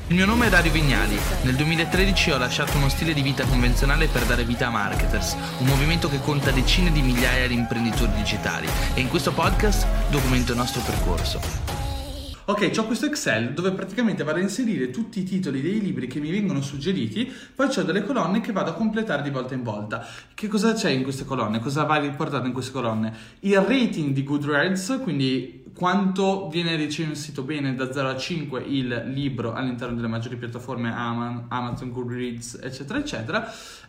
Il mio nome è Dario Vignali. Nel 2013 ho lasciato uno stile di vita convenzionale per dare vita a Marketers, un movimento che conta decine di migliaia di imprenditori digitali, e in questo podcast documento il nostro percorso. Ok, ho questo Excel dove praticamente vado a inserire tutti i titoli dei libri che mi vengono suggeriti, poi ho delle colonne che vado a completare di volta in volta. Che cosa c'è in queste colonne? Cosa va riportato in queste colonne? Il rating di Goodreads, quindi quanto viene recensito bene da 0 a 5 il libro all'interno delle maggiori piattaforme Amazon, Goodreads, eccetera, eccetera.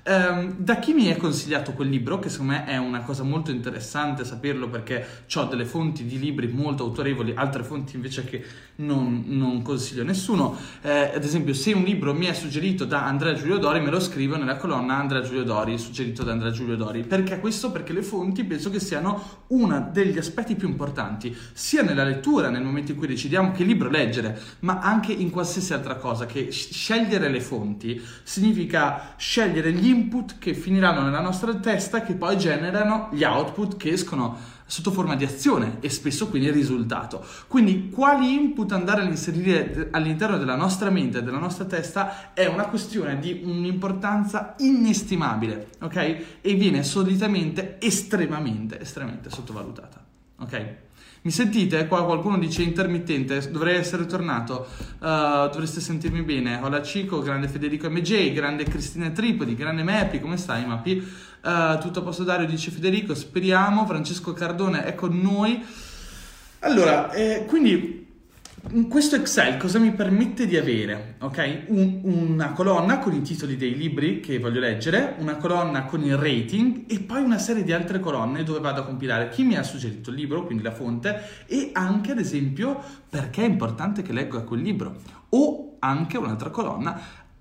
Da chi mi è consigliato quel libro, che secondo me è una cosa molto interessante saperlo, perché ho delle fonti di libri molto autorevoli, altre fonti invece che non consiglio a nessuno. Ad esempio, se un libro mi è suggerito da Andrea Giulio Dori, me lo scrivo nella colonna Andrea Giulio Dori, suggerito da Andrea Giulio Dori. Perché questo? Perché le fonti penso che siano uno degli aspetti più importanti, sia nella lettura, nel momento in cui decidiamo che libro leggere, ma anche in qualsiasi altra cosa. Che scegliere le fonti significa scegliere gli input che finiranno nella nostra testa, che poi generano gli output che escono sotto forma di azione e spesso quindi il risultato. Quindi quali input andare a inserire all'interno della nostra mente e della nostra testa è una questione di un'importanza inestimabile, ok? E viene solitamente estremamente sottovalutata, ok? Mi sentite? Qua qualcuno dice intermittente, dovrei essere tornato, dovreste sentirmi bene. Hola Cico, grande Federico MJ, grande Cristina Tripodi, grande Mappy, come stai Mappy? Tutto a posto Dario, dice Federico, speriamo. Francesco Cardone è con noi. Allora, quindi in questo Excel cosa mi permette di avere? Ok, una colonna con i titoli dei libri che voglio leggere, una colonna con il rating e poi una serie di altre colonne dove vado a compilare chi mi ha suggerito il libro, quindi la fonte, e anche ad esempio perché è importante che legga quel libro, o anche un'altra colonna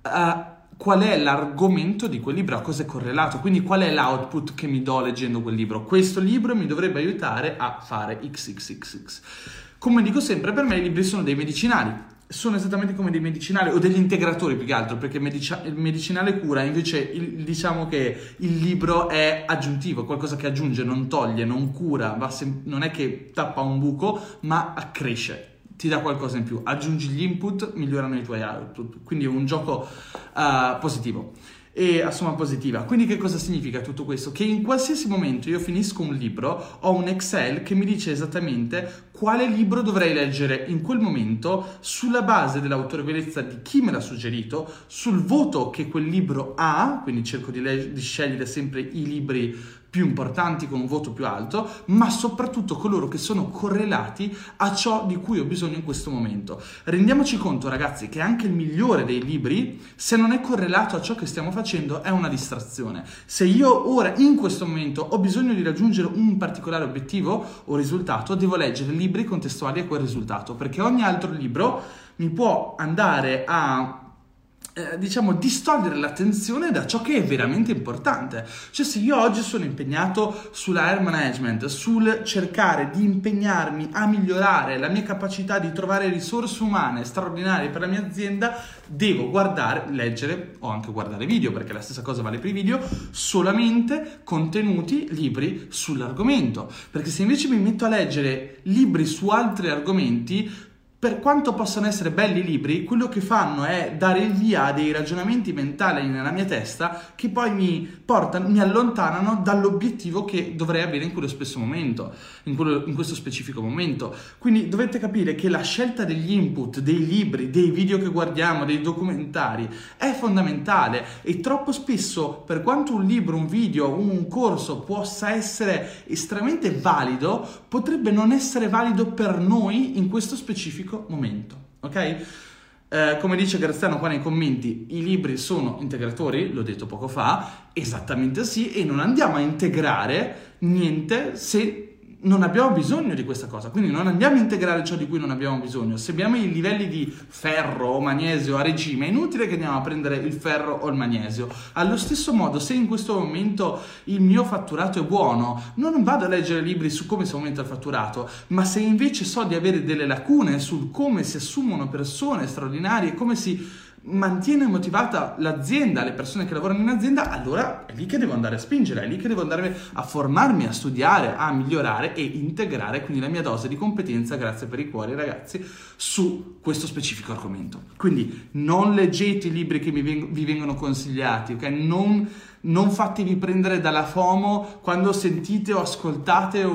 qual è l'argomento di quel libro, a cosa è correlato, quindi qual è l'output che mi do leggendo quel libro. Questo libro mi dovrebbe aiutare a fare XXXX. Come dico sempre, per me i libri sono dei medicinali, sono esattamente come dei medicinali o degli integratori più che altro, perché il medicinale cura, invece diciamo che il libro è aggiuntivo, qualcosa che aggiunge, non toglie, non cura, non è che tappa un buco, ma accresce. Ti dà qualcosa in più, aggiungi gli input, migliorano i tuoi output, quindi è un gioco positivo e a somma positiva. Quindi che cosa significa tutto questo? Che in qualsiasi momento io finisco un libro, ho un Excel che mi dice esattamente quale libro dovrei leggere in quel momento, sulla base dell'autorevolezza di chi me l'ha suggerito, sul voto che quel libro ha, quindi cerco di scegliere sempre i libri più importanti con un voto più alto, ma soprattutto coloro che sono correlati a ciò di cui ho bisogno in questo momento. Rendiamoci conto, ragazzi, che anche il migliore dei libri, se non è correlato a ciò che stiamo facendo, è una distrazione. Se io ora, in questo momento, ho bisogno di raggiungere un particolare obiettivo o risultato, devo leggere libri contestuali a quel risultato, perché ogni altro libro mi può andare a distogliere l'attenzione da ciò che è veramente importante. Cioè, se io oggi sono impegnato sull'air management, sul cercare di impegnarmi a migliorare la mia capacità di trovare risorse umane straordinarie per la mia azienda, devo leggere o anche guardare video, perché la stessa cosa vale per i video, solamente contenuti, libri sull'argomento. Perché se invece mi metto a leggere libri su altri argomenti, per quanto possano essere belli i libri, quello che fanno è dare il via a dei ragionamenti mentali nella mia testa che poi mi allontanano dall'obiettivo che dovrei avere in quello stesso momento, in questo specifico momento. Quindi dovete capire che la scelta degli input, dei libri, dei video che guardiamo, dei documentari è fondamentale, e troppo spesso, per quanto un libro, un video, un corso possa essere estremamente valido, potrebbe non essere valido per noi in questo specifico momento, ok? Come dice Graziano qua nei commenti, i libri sono integratori, l'ho detto poco fa, esattamente sì, e non andiamo a integrare niente se non abbiamo bisogno di questa cosa, quindi non andiamo a integrare ciò di cui non abbiamo bisogno. Se abbiamo i livelli di ferro o magnesio a regime, è inutile che andiamo a prendere il ferro o il magnesio. Allo stesso modo, se in questo momento il mio fatturato è buono, non vado a leggere libri su come si aumenta il fatturato, ma se invece so di avere delle lacune sul come si assumono persone straordinarie, come si mantiene motivata l'azienda, le persone che lavorano in azienda, allora è lì che devo andare a spingere, è lì che devo andare a formarmi, a studiare, a migliorare e integrare quindi la mia dose di competenza, grazie per i cuori ragazzi, su questo specifico argomento. Quindi non leggete i libri che vi vengono consigliati, ok? Non fatevi prendere dalla FOMO quando sentite o ascoltate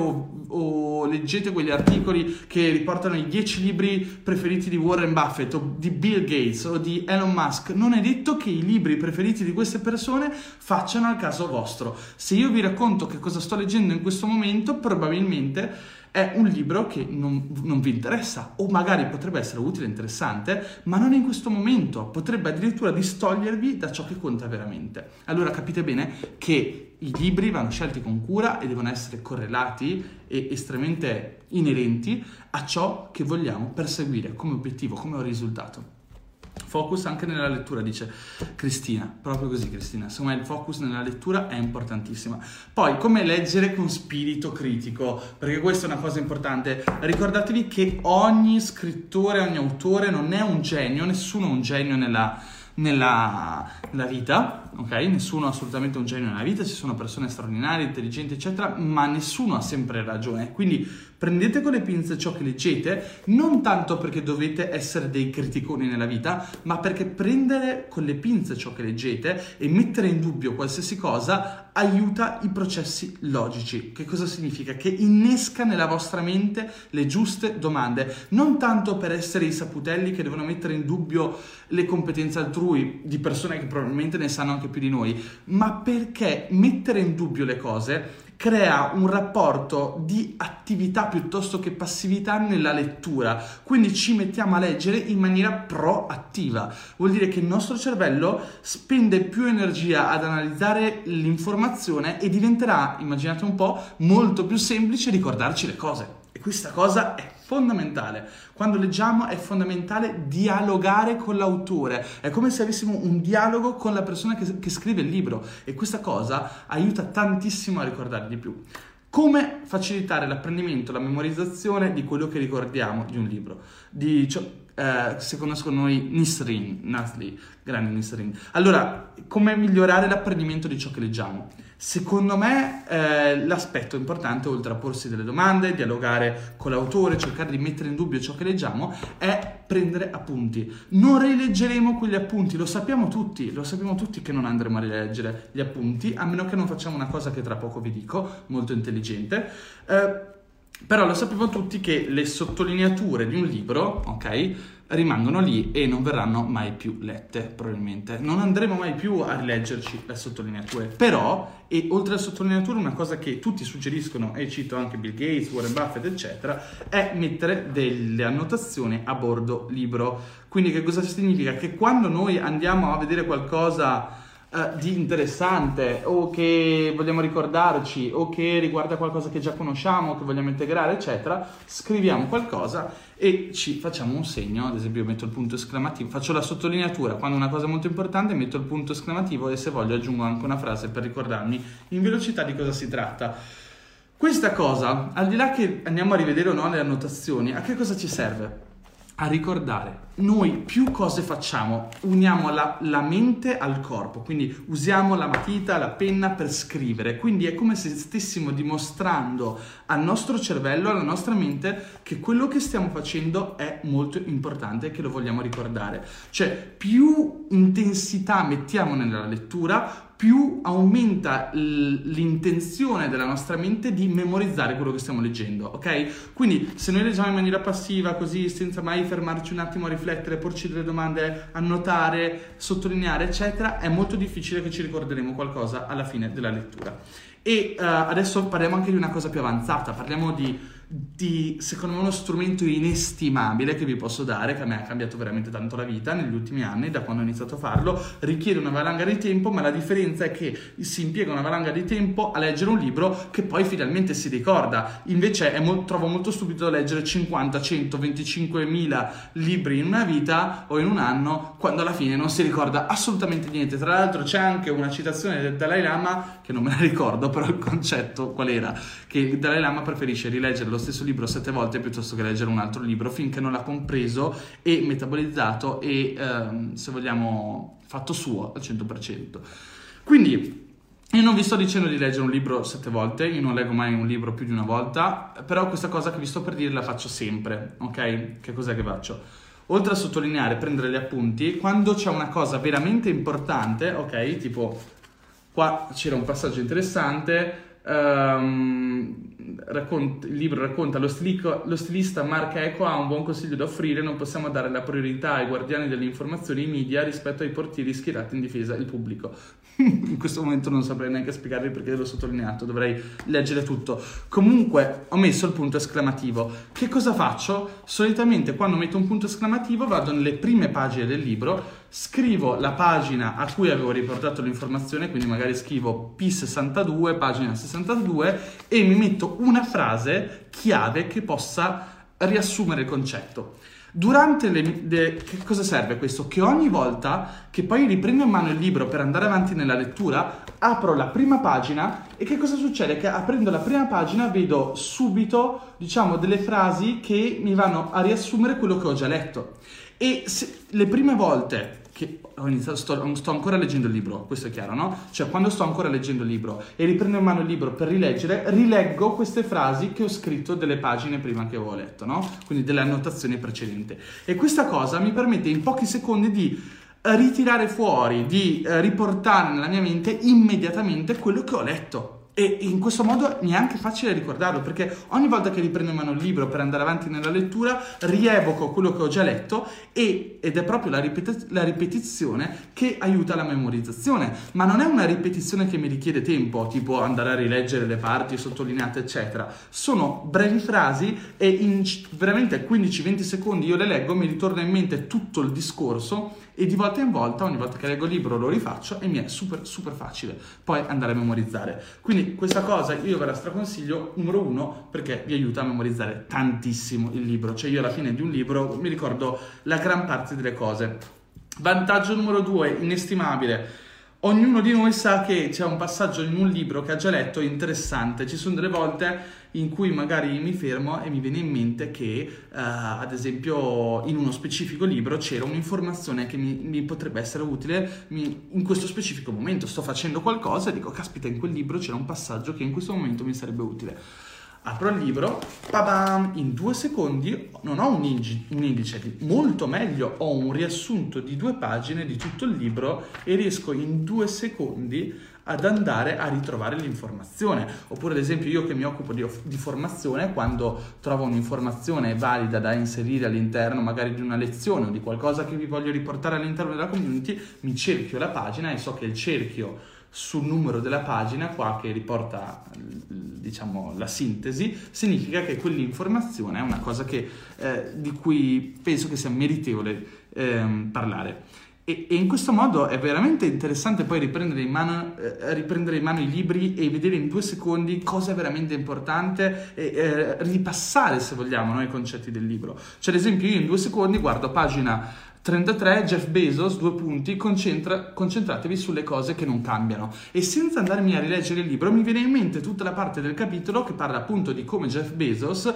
o leggete quegli articoli che riportano i 10 libri preferiti di Warren Buffett o di Bill Gates o di Elon Musk. Non è detto che i libri preferiti di queste persone facciano al caso vostro. Se io vi racconto che cosa sto leggendo in questo momento, probabilmente è un libro che non vi interessa, o magari potrebbe essere utile e interessante, ma non in questo momento, potrebbe addirittura distogliervi da ciò che conta veramente. Allora capite bene che i libri vanno scelti con cura e devono essere correlati e estremamente inerenti a ciò che vogliamo perseguire come obiettivo, come risultato. Focus anche nella lettura, dice Cristina, proprio così Cristina, secondo me il focus nella lettura è importantissima. Poi come leggere con spirito critico, perché questa è una cosa importante. Ricordatevi che ogni scrittore, ogni autore non è un genio, nessuno è un genio nella vita, ok? Nessuno è assolutamente un genio nella vita, ci sono persone straordinarie, intelligenti eccetera, ma nessuno ha sempre ragione. Quindi prendete con le pinze ciò che leggete, non tanto perché dovete essere dei criticoni nella vita, ma perché prendere con le pinze ciò che leggete e mettere in dubbio qualsiasi cosa aiuta i processi logici. Che cosa significa? Che innesca nella vostra mente le giuste domande, non tanto per essere i saputelli che devono mettere in dubbio le competenze altrui, di persone che probabilmente ne sanno anche più di noi, ma perché mettere in dubbio le cose crea un rapporto di attività piuttosto che passività nella lettura, quindi ci mettiamo a leggere in maniera proattiva. Vuol dire che il nostro cervello spende più energia ad analizzare l'informazione e diventerà, immaginate un po', molto più semplice ricordarci le cose. E questa cosa è fondamentale. Quando leggiamo è fondamentale dialogare con l'autore, è come se avessimo un dialogo con la persona che scrive il libro, e questa cosa aiuta tantissimo a ricordare di più. Come facilitare l'apprendimento, la memorizzazione di quello che ricordiamo di un libro? Se conoscono noi Nasri, grande Nisrin. Allora, come migliorare l'apprendimento di ciò che leggiamo? Secondo me l'aspetto importante, oltre a porsi delle domande, dialogare con l'autore, cercare di mettere in dubbio ciò che leggiamo, è prendere appunti. Non rileggeremo quegli appunti, lo sappiamo tutti che non andremo a rileggere gli appunti, a meno che non facciamo una cosa che tra poco vi dico, molto intelligente. Però lo sappiamo tutti che le sottolineature di un libro, ok, rimangono lì e non verranno mai più lette, probabilmente. Non andremo mai più a rileggerci le sottolineature. Però, e oltre alle sottolineature, una cosa che tutti suggeriscono, e cito anche Bill Gates, Warren Buffett, eccetera, è mettere delle annotazioni a bordo libro. Quindi che cosa significa? Che quando noi andiamo a vedere qualcosa di interessante, o che vogliamo ricordarci, o che riguarda qualcosa che già conosciamo, che vogliamo integrare, eccetera, scriviamo qualcosa e ci facciamo un segno. Ad esempio io metto il punto esclamativo, faccio la sottolineatura quando una cosa è molto importante, metto il punto esclamativo e se voglio aggiungo anche una frase per ricordarmi in velocità di cosa si tratta. Questa cosa, al di là che andiamo a rivedere o no le annotazioni, a che cosa ci serve? A ricordare. Noi più cose facciamo, uniamo la mente al corpo, quindi usiamo la matita, la penna per scrivere, quindi è come se stessimo dimostrando al nostro cervello, alla nostra mente, che quello che stiamo facendo è molto importante e che lo vogliamo ricordare. Cioè, più intensità mettiamo nella lettura, più aumenta l'intenzione della nostra mente di memorizzare quello che stiamo leggendo, ok? Quindi se noi leggiamo in maniera passiva, così, senza mai fermarci un attimo a riflettere, porci delle domande, annotare, sottolineare, eccetera, è molto difficile che ci ricorderemo qualcosa alla fine della lettura. E adesso parliamo anche di una cosa più avanzata, parliamo di secondo me uno strumento inestimabile che vi posso dare, che a me ha cambiato veramente tanto la vita negli ultimi anni, da quando ho iniziato a farlo. Richiede una valanga di tempo, ma la differenza è che si impiega una valanga di tempo a leggere un libro che poi finalmente si ricorda. Invece trovo molto stupido leggere 50, 100, 25.000 libri in una vita o in un anno, quando alla fine non si ricorda assolutamente niente. Tra l'altro c'è anche una citazione del Dalai Lama, che non me la ricordo, però il concetto qual era? Che il Dalai Lama preferisce rileggere lo stesso libro 7 volte piuttosto che leggere un altro libro finché non l'ha compreso e metabolizzato e, se vogliamo, fatto suo al 100%. Quindi io non vi sto dicendo di leggere un libro 7 volte, io non leggo mai un libro più di una volta, però questa cosa che vi sto per dire la faccio sempre, ok? Che cos'è che faccio? Oltre a sottolineare, prendere gli appunti, quando c'è una cosa veramente importante, ok? Tipo, qua c'era un passaggio interessante, il libro racconta lo stilista Mark Ecco ha un buon consiglio da offrire: non possiamo dare la priorità ai guardiani delle informazioni, i media, rispetto ai portieri schierati in difesa del pubblico. In questo momento non saprei neanche spiegarvi perché l'ho sottolineato, dovrei leggere tutto. Comunque ho messo il punto esclamativo. Che cosa faccio? Solitamente quando metto un punto esclamativo vado nelle prime pagine del libro, scrivo la pagina a cui avevo riportato l'informazione, quindi magari scrivo P62, pagina 62, e mi metto una frase chiave che possa riassumere il concetto. Durante che cosa serve questo? Che ogni volta che poi riprendo in mano il libro per andare avanti nella lettura, apro la prima pagina e che cosa succede? Che aprendo la prima pagina vedo subito, diciamo, delle frasi che mi vanno a riassumere quello che ho già letto. E le prime volte che ho iniziato, sto ancora leggendo il libro, questo è chiaro, no? Cioè quando sto ancora leggendo il libro e riprendo in mano il libro per rileggere, rileggo queste frasi che ho scritto delle pagine prima che avevo letto, no? Quindi delle annotazioni precedenti. E questa cosa mi permette in pochi secondi di ritirare fuori, di riportare nella mia mente immediatamente quello che ho letto. E in questo modo mi è anche facile ricordarlo, perché ogni volta che riprendo in mano il libro per andare avanti nella lettura, rievoco quello che ho già letto ed è proprio la ripetizione che aiuta la memorizzazione. Ma non è una ripetizione che mi richiede tempo, tipo andare a rileggere le parti sottolineate, eccetera. Sono brevi frasi e in veramente 15-20 secondi io le leggo, mi ritorna in mente tutto il discorso e di volta in volta, ogni volta che leggo il libro lo rifaccio e mi è super super facile poi andare a memorizzare. Quindi questa cosa io ve la straconsiglio, numero 1, perché vi aiuta a memorizzare tantissimo il libro. Cioè io alla fine di un libro mi ricordo la gran parte delle cose. Vantaggio numero 2, inestimabile. Ognuno di noi sa che c'è un passaggio in un libro che ha già letto interessante. Ci sono delle volte in cui magari mi fermo e mi viene in mente che, ad esempio, in uno specifico libro c'era un'informazione che mi potrebbe essere utile in questo specifico momento. Sto facendo qualcosa e dico, caspita, in quel libro c'era un passaggio che in questo momento mi sarebbe utile. Apro il libro, pa-bam, in 2 secondi non ho un indice, molto meglio, ho un riassunto di 2 pagine di tutto il libro e riesco in 2 secondi ad andare a ritrovare l'informazione. Oppure, ad esempio, io che mi occupo di formazione, quando trovo un'informazione valida da inserire all'interno magari di una lezione o di qualcosa che vi voglio riportare all'interno della community, mi cerchio la pagina e so che il cerchio sul numero della pagina qua che riporta, diciamo, la sintesi, significa che quell'informazione è una cosa di cui penso che sia meritevole parlare. E in questo modo è veramente interessante poi riprendere in mano i libri e vedere in 2 secondi cosa è veramente importante e ripassare, se vogliamo, no, i concetti del libro. Cioè, ad esempio, io in 2 secondi guardo pagina 33, Jeff Bezos, 2 punti, concentratevi sulle cose che non cambiano. E senza andarmi a rileggere il libro mi viene in mente tutta la parte del capitolo che parla appunto di come Jeff Bezos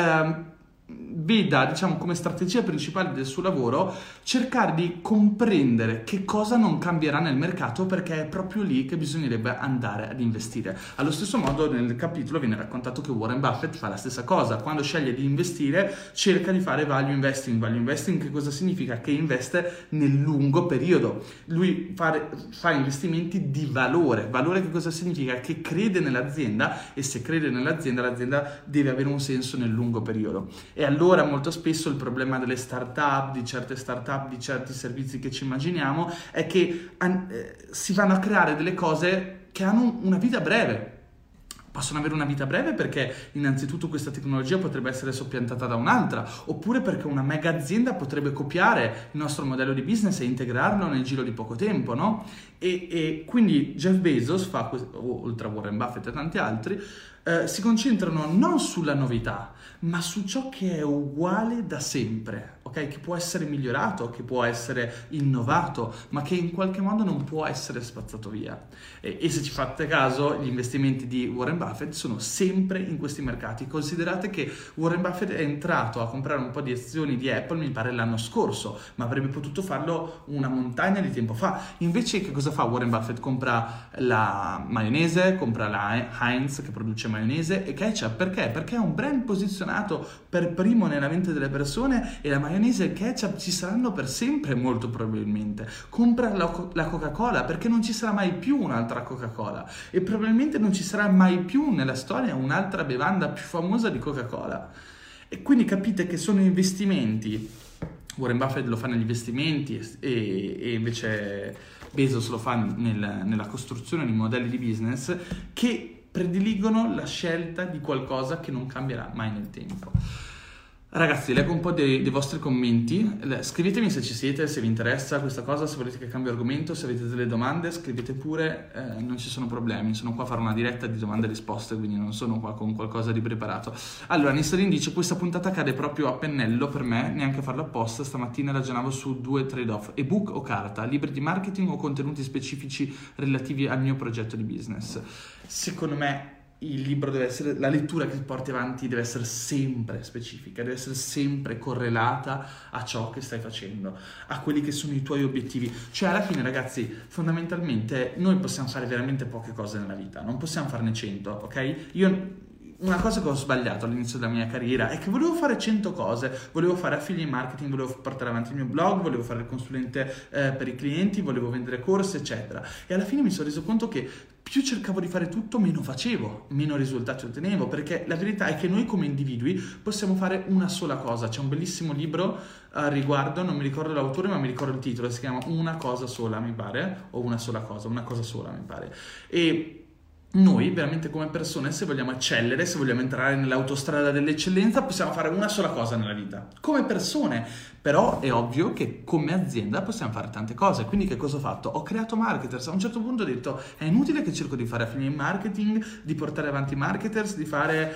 veda, diciamo, come strategia principale del suo lavoro cercare di comprendere che cosa non cambierà nel mercato, perché è proprio lì che bisognerebbe andare ad investire. Allo stesso modo nel capitolo viene raccontato che Warren Buffett fa la stessa cosa: quando sceglie di investire cerca di fare value investing. Value investing che cosa significa? Che investe nel lungo periodo. Lui fa investimenti di valore. Valore che cosa significa? Che crede nell'azienda, e se crede nell'azienda, l'azienda deve avere un senso nel lungo periodo. E allora molto spesso il problema delle startup, di certe startup, di certi servizi che ci immaginiamo, è che si vanno a creare delle cose che hanno una vita breve. Possono avere una vita breve perché innanzitutto questa tecnologia potrebbe essere soppiantata da un'altra, oppure perché una mega azienda potrebbe copiare il nostro modello di business e integrarlo nel giro di poco tempo, no? E quindi Jeff Bezos oltre a Warren Buffett e tanti altri, si concentrano non sulla novità, ma su ciò che è uguale da sempre, ok? Che può essere migliorato, che può essere innovato, ma che in qualche modo non può essere spazzato via. E se ci fate caso, gli investimenti di Warren Buffett sono sempre in questi mercati. Considerate che Warren Buffett è entrato a comprare un po' di azioni di Apple, mi pare l'anno scorso, ma avrebbe potuto farlo una montagna di tempo fa. Invece che cosa fa Warren Buffett? Compra la maionese, compra la Heinz che produce maionese e ketchup. Perché? Perché è un brand posizionato per primo nella mente delle persone e la maionese e il ketchup ci saranno per sempre, molto probabilmente. Compra la Coca-Cola perché non ci sarà mai più un'altra Coca-Cola e probabilmente non ci sarà mai più nella storia un'altra bevanda più famosa di Coca-Cola. E quindi capite che sono investimenti. Warren Buffett lo fa negli investimenti e invece Bezos lo fa nella costruzione di modelli di business che prediligono la scelta di qualcosa che non cambierà mai nel tempo. Ragazzi, leggo un po' dei vostri commenti, scrivetemi se ci siete, se vi interessa questa cosa, se volete che cambio argomento, se avete delle domande scrivete pure, non ci sono problemi, sono qua a fare una diretta di domande e risposte, quindi non sono qua con qualcosa di preparato. Allora, Nissarin dice, questa puntata cade proprio a pennello per me, neanche farlo apposta, stamattina ragionavo su 2 trade-off, ebook o carta, libri di marketing o contenuti specifici relativi al mio progetto di business. Secondo me il libro deve essere, la lettura che porti avanti deve essere sempre specifica, deve essere sempre correlata a ciò che stai facendo, a quelli che sono i tuoi obiettivi. Cioè alla fine, ragazzi, fondamentalmente noi possiamo fare veramente poche cose nella vita, non possiamo farne 100, ok? Una cosa che ho sbagliato all'inizio della mia carriera è che volevo fare 100 cose, volevo fare affiliate marketing, volevo portare avanti il mio blog, volevo fare il consulente per i clienti, volevo vendere corsi, eccetera. E alla fine mi sono reso conto che più cercavo di fare tutto, meno facevo, meno risultati ottenevo, perché la verità è che noi come individui possiamo fare una sola cosa. C'è un bellissimo libro al riguardo, non mi ricordo l'autore ma mi ricordo il titolo, si chiama Una cosa sola mi pare, o una sola cosa, una cosa sola mi pare. E noi veramente come persone, se vogliamo eccellere, se vogliamo entrare nell'autostrada dell'eccellenza, possiamo fare una sola cosa nella vita, come persone. Però è ovvio che come azienda possiamo fare tante cose. Quindi che cosa ho fatto? Ho creato marketers. A un certo punto ho detto è inutile che cerco di fare affiliate marketing, di portare avanti marketers, di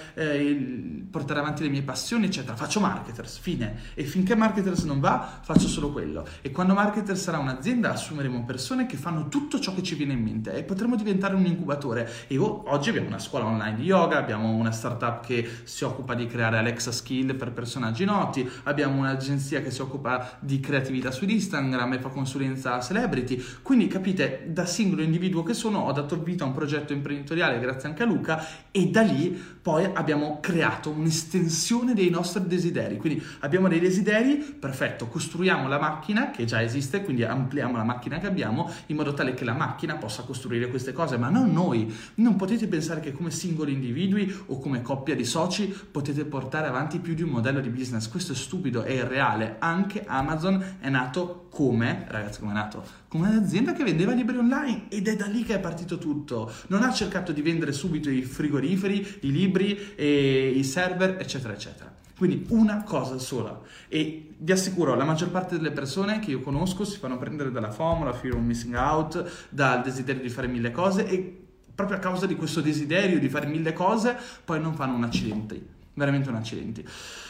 portare avanti le mie passioni, eccetera. Faccio marketers, fine. E finché marketers non va, faccio solo quello. E quando marketers sarà un'azienda, assumeremo persone che fanno tutto ciò che ci viene in mente e potremo diventare un incubatore. E oggi abbiamo una scuola online di yoga, abbiamo una startup che si occupa di creare Alexa Skill per personaggi noti, abbiamo un'agenzia che si occupa di creatività su Instagram e fa consulenza a celebrity. Quindi capite, da singolo individuo che sono, ho dato vita a un progetto imprenditoriale grazie anche a Luca e da lì poi abbiamo creato un'estensione dei nostri desideri. Quindi abbiamo dei desideri, perfetto, costruiamo la macchina che già esiste, quindi ampliamo la macchina che abbiamo in modo tale che la macchina possa costruire queste cose, ma non noi. Non potete pensare che come singoli individui o come coppia di soci potete portare avanti più di un modello di business. Questo è stupido, è irreale. Anche Amazon è nato come, ragazzi, come è nato? Come un'azienda che vendeva libri online ed è da lì che è partito tutto. Non ha cercato di vendere subito i frigoriferi, i libri, e i server, eccetera, eccetera. Quindi una cosa sola. E vi assicuro, la maggior parte delle persone che io conosco si fanno prendere dalla FOMO, la fear of missing out, dal desiderio di fare 1000 cose e proprio a causa di questo desiderio di fare 1000 cose poi non fanno un accidente, veramente un accidente.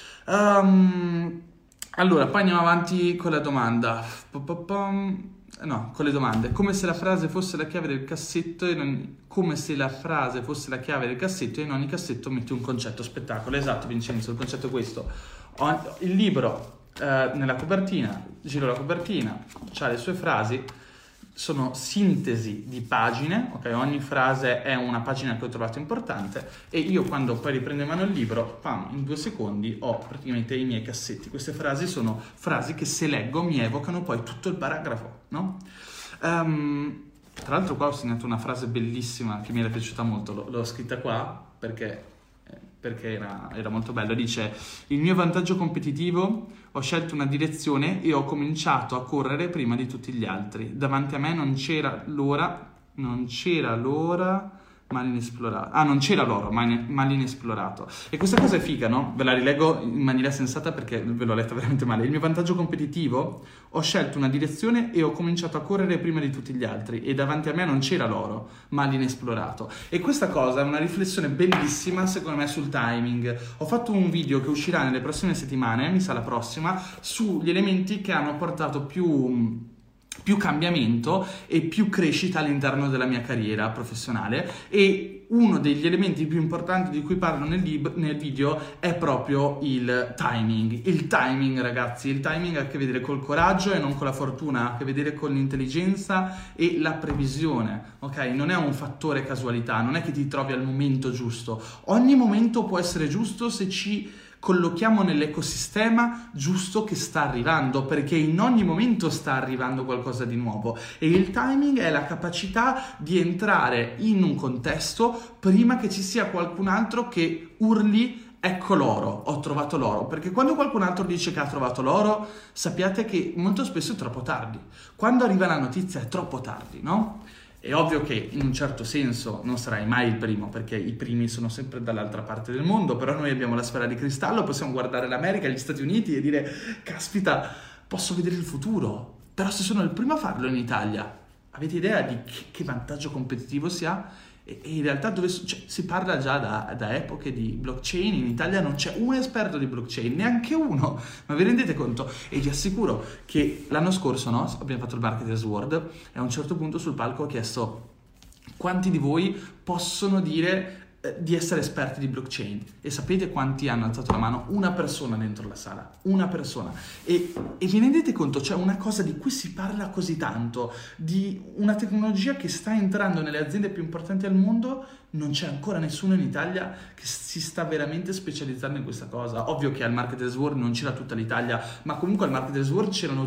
Allora, poi andiamo avanti con la domanda. No, con le domande. Come se la frase fosse la chiave del cassetto come se la frase fosse la chiave del cassetto e in ogni cassetto metti un concetto. Spettacolo. Esatto, Vincenzo, il concetto è questo. Il libro nella copertina, giro la copertina, c'ha le sue frasi, sono sintesi di pagine, ok? Ogni frase è una pagina che ho trovato importante e io quando poi riprendo in mano il libro, in 2 secondi ho praticamente i miei cassetti. Queste frasi sono frasi che se leggo mi evocano poi tutto il paragrafo, no? Tra l'altro qua ho segnato una frase bellissima che mi era piaciuta molto, l'ho scritta qua perché era molto bello. Dice: il mio vantaggio competitivo, ho scelto una direzione e ho cominciato a correre prima di tutti gli altri. Davanti a me non c'era l'ora Mal inesplorato. Ah, non c'era l'oro, mal inesplorato. E questa cosa è figa, no? Ve la rileggo in maniera sensata perché ve l'ho letta veramente male. Il mio vantaggio competitivo: ho scelto una direzione e ho cominciato a correre prima di tutti gli altri e davanti a me non c'era l'oro, mal inesplorato. E questa cosa è una riflessione bellissima secondo me sul timing. Ho fatto un video che uscirà nelle prossime settimane, mi sa la prossima, sugli elementi che hanno portato più cambiamento e più crescita all'interno della mia carriera professionale, e uno degli elementi più importanti di cui parlo nel video è proprio il timing. Il timing, ragazzi, il timing ha a che vedere col coraggio e non con la fortuna, ha a che vedere con l'intelligenza e la previsione, ok? Non è un fattore casualità, non è che ti trovi al momento giusto. Ogni momento può essere giusto se ci collochiamo nell'ecosistema giusto che sta arrivando, perché in ogni momento sta arrivando qualcosa di nuovo, e il timing è la capacità di entrare in un contesto prima che ci sia qualcun altro che urli ecco l'oro, ho trovato l'oro, perché quando qualcun altro dice che ha trovato l'oro, sappiate che molto spesso è troppo tardi. Quando arriva la notizia è troppo tardi, no? È ovvio che in un certo senso non sarai mai il primo, perché i primi sono sempre dall'altra parte del mondo, però noi abbiamo la sfera di cristallo, possiamo guardare l'America, gli Stati Uniti e dire caspita, posso vedere il futuro, però se sono il primo a farlo in Italia, avete idea di che vantaggio competitivo si ha? E in realtà si parla già da epoche di blockchain, in Italia non c'è un esperto di blockchain, neanche uno, ma vi rendete conto? E vi assicuro che l'anno scorso, no, abbiamo fatto il Marketers World e a un certo punto sul palco ho chiesto quanti di voi possono dire di essere esperti di blockchain, e sapete quanti hanno alzato la mano? Una persona dentro la sala, una persona. E vi rendete conto? C'è una cosa di cui si parla così tanto, di una tecnologia che sta entrando nelle aziende più importanti al mondo. Non c'è ancora nessuno in Italia che si sta veramente specializzando in questa cosa. Ovvio che al Marketers World non c'era tutta l'Italia, ma comunque al Marketers World c'erano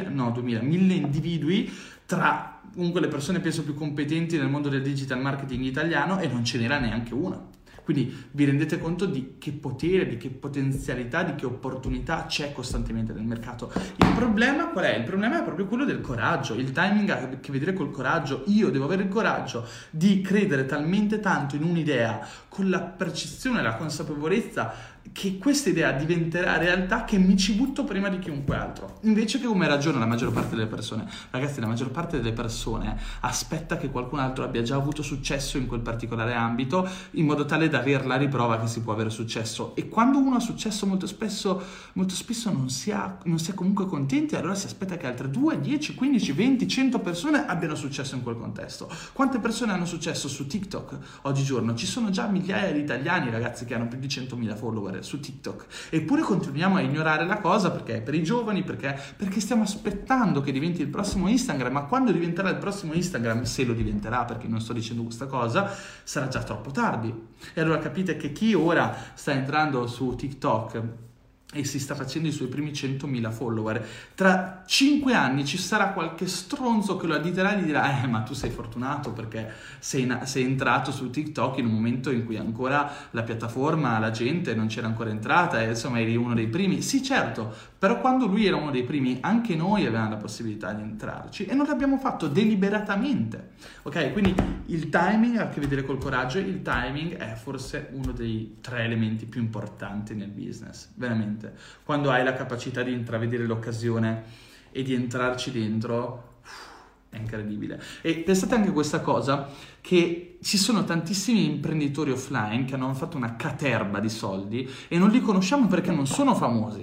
1000 individui tra comunque le persone penso più competenti nel mondo del digital marketing italiano, e non ce n'era neanche una. Quindi vi rendete conto di che potere, di che potenzialità, di che opportunità c'è costantemente nel mercato. Il problema qual è? Il problema è proprio quello del coraggio. Il timing ha a che vedere col coraggio. Io devo avere il coraggio di credere talmente tanto in un'idea, con la percezione e la consapevolezza che questa idea diventerà realtà, che mi ci butto prima di chiunque altro, invece che come ragiona la maggior parte delle persone. Ragazzi, la maggior parte delle persone aspetta che qualcun altro abbia già avuto successo in quel particolare ambito, in modo tale da aver la riprova che si può avere successo. E quando uno ha successo molto spesso non si è comunque contenti, allora si aspetta che altre 2, 10, 15, 20, 100 persone abbiano successo in quel contesto. Quante persone hanno successo su TikTok oggigiorno? Ci sono già migliaia di italiani, ragazzi, che hanno più di 100.000 follower su TikTok, eppure continuiamo a ignorare la cosa perché è per i giovani, perché stiamo aspettando che diventi il prossimo Instagram. Ma quando diventerà il prossimo Instagram, se lo diventerà, perché non sto dicendo questa cosa, sarà già troppo tardi. E allora capite che chi ora sta entrando su TikTok e si sta facendo i suoi primi 100.000 follower, tra 5 anni ci sarà qualche stronzo che lo additerà e gli dirà ma tu sei fortunato perché sei entrato su TikTok in un momento in cui ancora la piattaforma, la gente non c'era ancora entrata, e insomma eri uno dei primi. Sì, certo, però quando lui era uno dei primi anche noi avevamo la possibilità di entrarci e non l'abbiamo fatto deliberatamente, ok? Quindi il timing ha a che vedere col coraggio. Il timing è forse uno dei 3 elementi più importanti nel business, veramente. Quando hai la capacità di intravedere l'occasione e di entrarci dentro, è incredibile. E pensate anche a questa cosa, che ci sono tantissimi imprenditori offline che hanno fatto una caterba di soldi e non li conosciamo perché non sono famosi,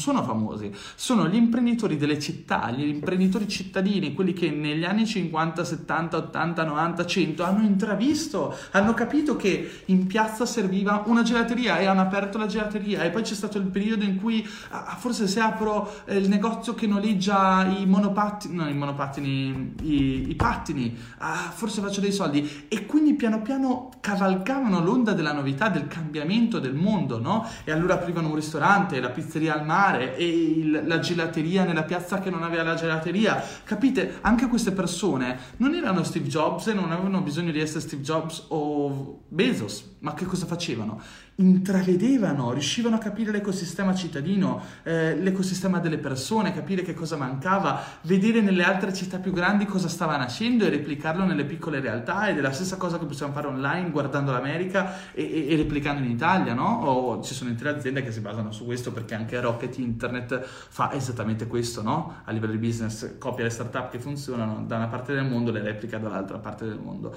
sono gli imprenditori delle città, gli imprenditori cittadini, quelli che negli anni 50, 70, 80, 90, 100 hanno intravisto, hanno capito che in piazza serviva una gelateria e hanno aperto la gelateria, e poi c'è stato il periodo in cui forse se apro il negozio che noleggia i pattini, forse faccio dei soldi. E quindi piano piano cavalcavano l'onda della novità, del cambiamento del mondo, no? E allora aprivano un ristorante, la pizzeria al mare e la gelateria nella piazza che non aveva la gelateria. Capite? Anche queste persone non erano Steve Jobs e non avevano bisogno di essere Steve Jobs o Bezos, ma che cosa facevano? intravedevano, riuscivano a capire l'ecosistema cittadino, l'ecosistema delle persone, capire che cosa mancava, vedere nelle altre città più grandi cosa stava nascendo e replicarlo nelle piccole realtà, ed è la stessa cosa che possiamo fare online guardando l'America e replicando in Italia, no? O ci sono intere aziende che si basano su questo, perché anche Rocket Internet fa esattamente questo, no? A livello di business copia le startup che funzionano da una parte del mondo, le replica dall'altra parte del mondo.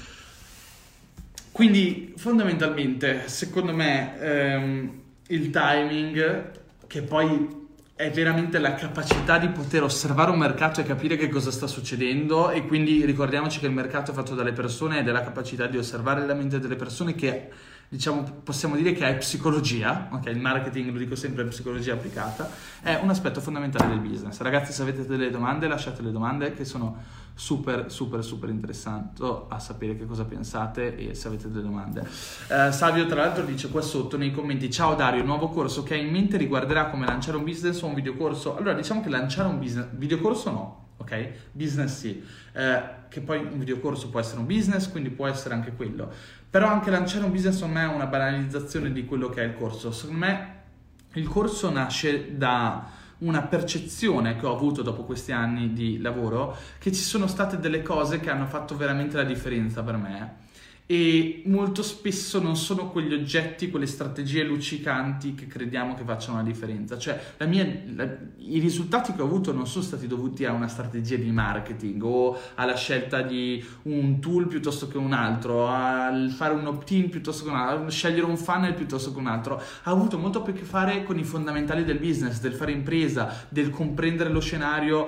Quindi fondamentalmente, secondo me, il timing, che poi è veramente la capacità di poter osservare un mercato e capire che cosa sta succedendo, e quindi ricordiamoci che il mercato è fatto dalle persone ed è la capacità di osservare la mente delle persone che, diciamo, possiamo dire che è psicologia, ok? Il marketing, lo dico sempre, è psicologia applicata, è un aspetto fondamentale del business. Ragazzi, se avete delle domande, lasciate le domande, che sono super interessanti a sapere che cosa pensate, e se avete delle domande. Savio tra l'altro dice qua sotto nei commenti: ciao Dario, nuovo corso che hai in mente riguarderà come lanciare un business o un videocorso? Allora, diciamo che lanciare un business, videocorso no, ok? Business sì, che poi un videocorso può essere un business, quindi può essere anche quello, però anche lanciare un business secondo me è una banalizzazione di quello che è il corso. Secondo me il corso nasce da una percezione che ho avuto dopo questi anni di lavoro, che ci sono state delle cose che hanno fatto veramente la differenza per me, e molto spesso non sono quegli oggetti, quelle strategie luccicanti che crediamo che facciano la differenza. Cioè i risultati che ho avuto non sono stati dovuti a una strategia di marketing o alla scelta di un tool piuttosto che un altro, al fare un opt-in piuttosto che un altro, a scegliere un funnel piuttosto che un altro. Ha avuto molto più a che fare con i fondamentali del business, del fare impresa, del comprendere lo scenario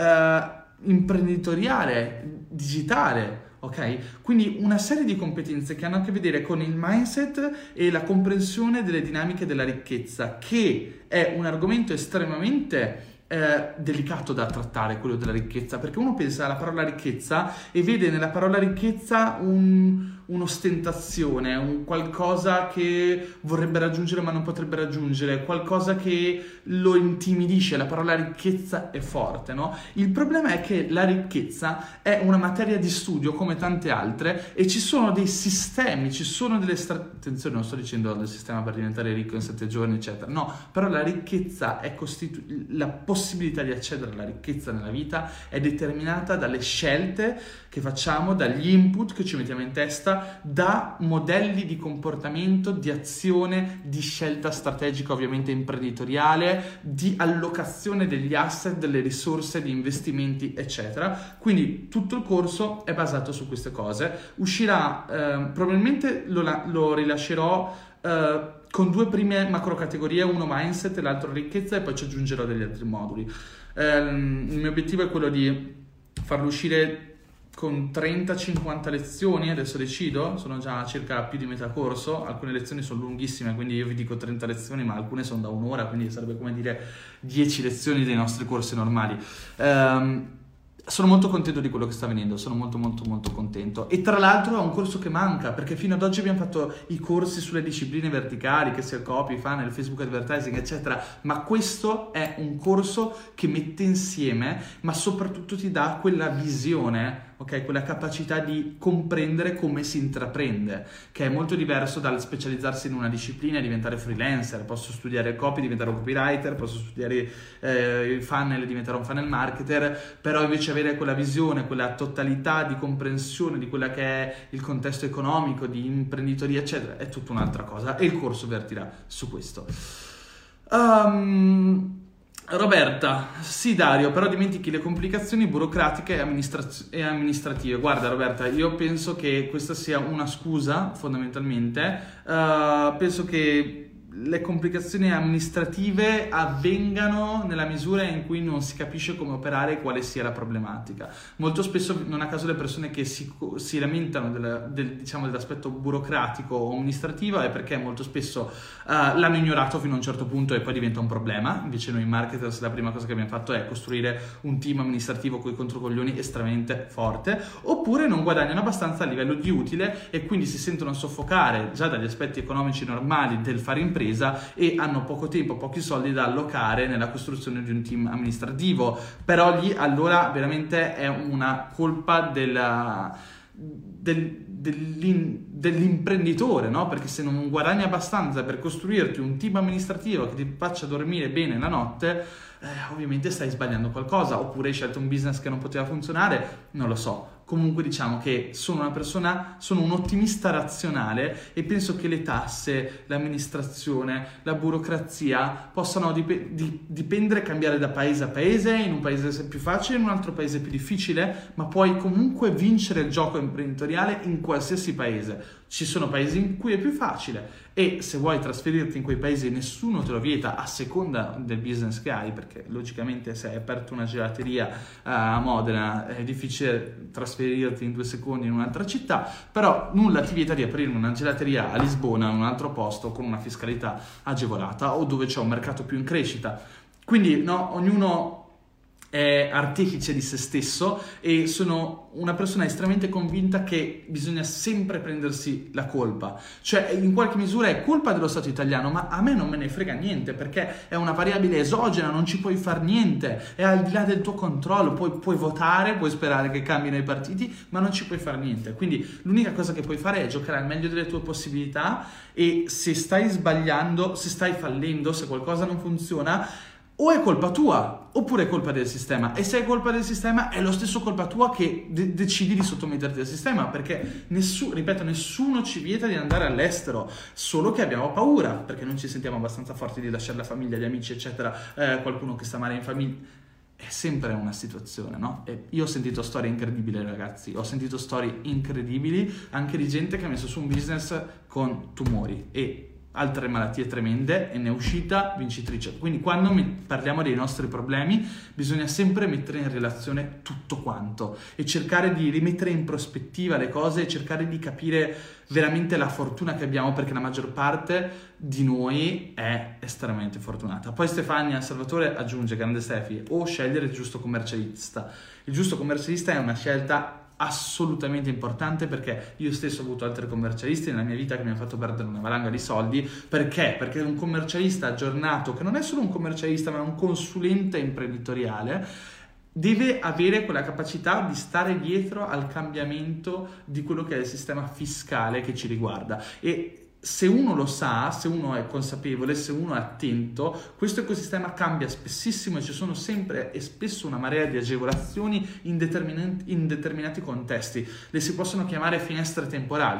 imprenditoriale, digitale. Ok? Quindi una serie di competenze che hanno a che vedere con il mindset e la comprensione delle dinamiche della ricchezza, che è un argomento estremamente delicato da trattare, quello della ricchezza, perché uno pensa alla parola ricchezza e vede nella parola ricchezza un'ostentazione, un qualcosa che vorrebbe raggiungere ma non potrebbe raggiungere, qualcosa che lo intimidisce. La parola ricchezza è forte, no? Il problema è che la ricchezza è una materia di studio come tante altre, e ci sono dei sistemi, ci sono delle attenzione, non sto dicendo del sistema per diventare ricco in 7 giorni eccetera, no, però la ricchezza è la possibilità di accedere alla ricchezza nella vita è determinata dalle scelte che facciamo, dagli input che ci mettiamo in testa, da modelli di comportamento, di azione, di scelta strategica ovviamente imprenditoriale, di allocazione degli asset, delle risorse, di investimenti eccetera. Quindi tutto il corso è basato su queste cose. Uscirà, probabilmente lo rilascerò con 2 prime macro categorie, uno mindset e l'altro ricchezza, e poi ci aggiungerò degli altri moduli. Il mio obiettivo è quello di farlo uscire con 30-50 lezioni, adesso decido, sono già circa più di metà corso, alcune lezioni sono lunghissime, quindi io vi dico 30 lezioni, ma alcune sono da 1 ora, quindi sarebbe come dire 10 lezioni dei nostri corsi normali. Sono molto contento di quello che sta avvenendo, sono molto contento. E tra l'altro è un corso che manca, perché fino ad oggi abbiamo fatto i corsi sulle discipline verticali, che sia il copy, funnel, Facebook advertising eccetera, ma questo è un corso che mette insieme, ma soprattutto ti dà quella visione, ok, quella capacità di comprendere come si intraprende, che è molto diverso dal specializzarsi in una disciplina e diventare freelancer. Posso studiare il copy, diventare un copywriter, posso studiare il funnel e diventare un funnel marketer, però invece avere quella visione, quella totalità di comprensione di quella che è il contesto economico, di imprenditoria eccetera, è tutta un'altra cosa, e il corso vertirà su questo. Roberta, sì Dario, però dimentichi le complicazioni burocratiche e amministrative. Guarda Roberta, io penso che questa sia una scusa fondamentalmente, penso che le complicazioni amministrative avvengano nella misura in cui non si capisce come operare e quale sia la problematica. Molto spesso, non a caso, le persone che si lamentano dell'aspetto burocratico o amministrativo è perché molto spesso l'hanno ignorato fino a un certo punto e poi diventa un problema. Invece noi marketers la prima cosa che abbiamo fatto è costruire un team amministrativo con i controcoglioni estremamente forte, oppure non guadagnano abbastanza a livello di utile e quindi si sentono soffocare già dagli aspetti economici normali del fare impresa e hanno poco tempo, pochi soldi da allocare nella costruzione di un team amministrativo. Però lì allora veramente è una colpa dell'imprenditore, no? Perché se non guadagni abbastanza per costruirti un team amministrativo che ti faccia dormire bene la notte, ovviamente stai sbagliando qualcosa, oppure hai scelto un business che non poteva funzionare, non lo so. Comunque diciamo che sono un ottimista razionale e penso che le tasse, l'amministrazione, la burocrazia possano dipendere e cambiare da paese a paese, in un paese più facile, in un altro paese più difficile, ma puoi comunque vincere il gioco imprenditoriale in qualsiasi paese. Ci sono paesi in cui è più facile e se vuoi trasferirti in quei paesi nessuno te lo vieta a seconda del business che hai, perché logicamente se hai aperto una gelateria a Modena è difficile trasferirti in 2 secondi in un'altra città, però nulla ti vieta di aprire una gelateria a Lisbona, in un altro posto, con una fiscalità agevolata o dove c'è un mercato più in crescita. Quindi no, ognuno è artefice di se stesso e sono una persona estremamente convinta che bisogna sempre prendersi la colpa, cioè in qualche misura è colpa dello Stato italiano, ma a me non me ne frega niente perché è una variabile esogena, non ci puoi far niente, è al di là del tuo controllo, puoi votare, puoi sperare che cambino i partiti, ma non ci puoi far niente, quindi l'unica cosa che puoi fare è giocare al meglio delle tue possibilità e se stai sbagliando, se stai fallendo, se qualcosa non funziona, o è colpa tua, oppure è colpa del sistema. E se è colpa del sistema, è lo stesso colpa tua che decidi di sottometterti al sistema, perché nessuno ci vieta di andare all'estero, solo che abbiamo paura, perché non ci sentiamo abbastanza forti di lasciare la famiglia, gli amici, eccetera, qualcuno che sta male in famiglia. È sempre una situazione, no? E io ho sentito storie incredibili, ragazzi, ho sentito storie incredibili anche di gente che ha messo su un business con tumori e altre malattie tremende e ne è uscita vincitrice. Quindi quando parliamo dei nostri problemi bisogna sempre mettere in relazione tutto quanto e cercare di rimettere in prospettiva le cose e cercare di capire veramente la fortuna che abbiamo, perché la maggior parte di noi è estremamente fortunata. Poi Stefania Salvatore aggiunge, grande Stefi, o scegliere il giusto commercialista. Il giusto commercialista è una scelta assolutamente importante, perché io stesso ho avuto altri commercialisti nella mia vita che mi hanno fatto perdere una valanga di soldi. Perché? Perché un commercialista aggiornato, che non è solo un commercialista ma è un consulente imprenditoriale, deve avere quella capacità di stare dietro al cambiamento di quello che è il sistema fiscale che ci riguarda. E se uno lo sa, se uno è consapevole, se uno è attento, questo ecosistema cambia spessissimo e ci sono sempre e spesso una marea di agevolazioni in determinati contesti. Le si possono chiamare finestre temporali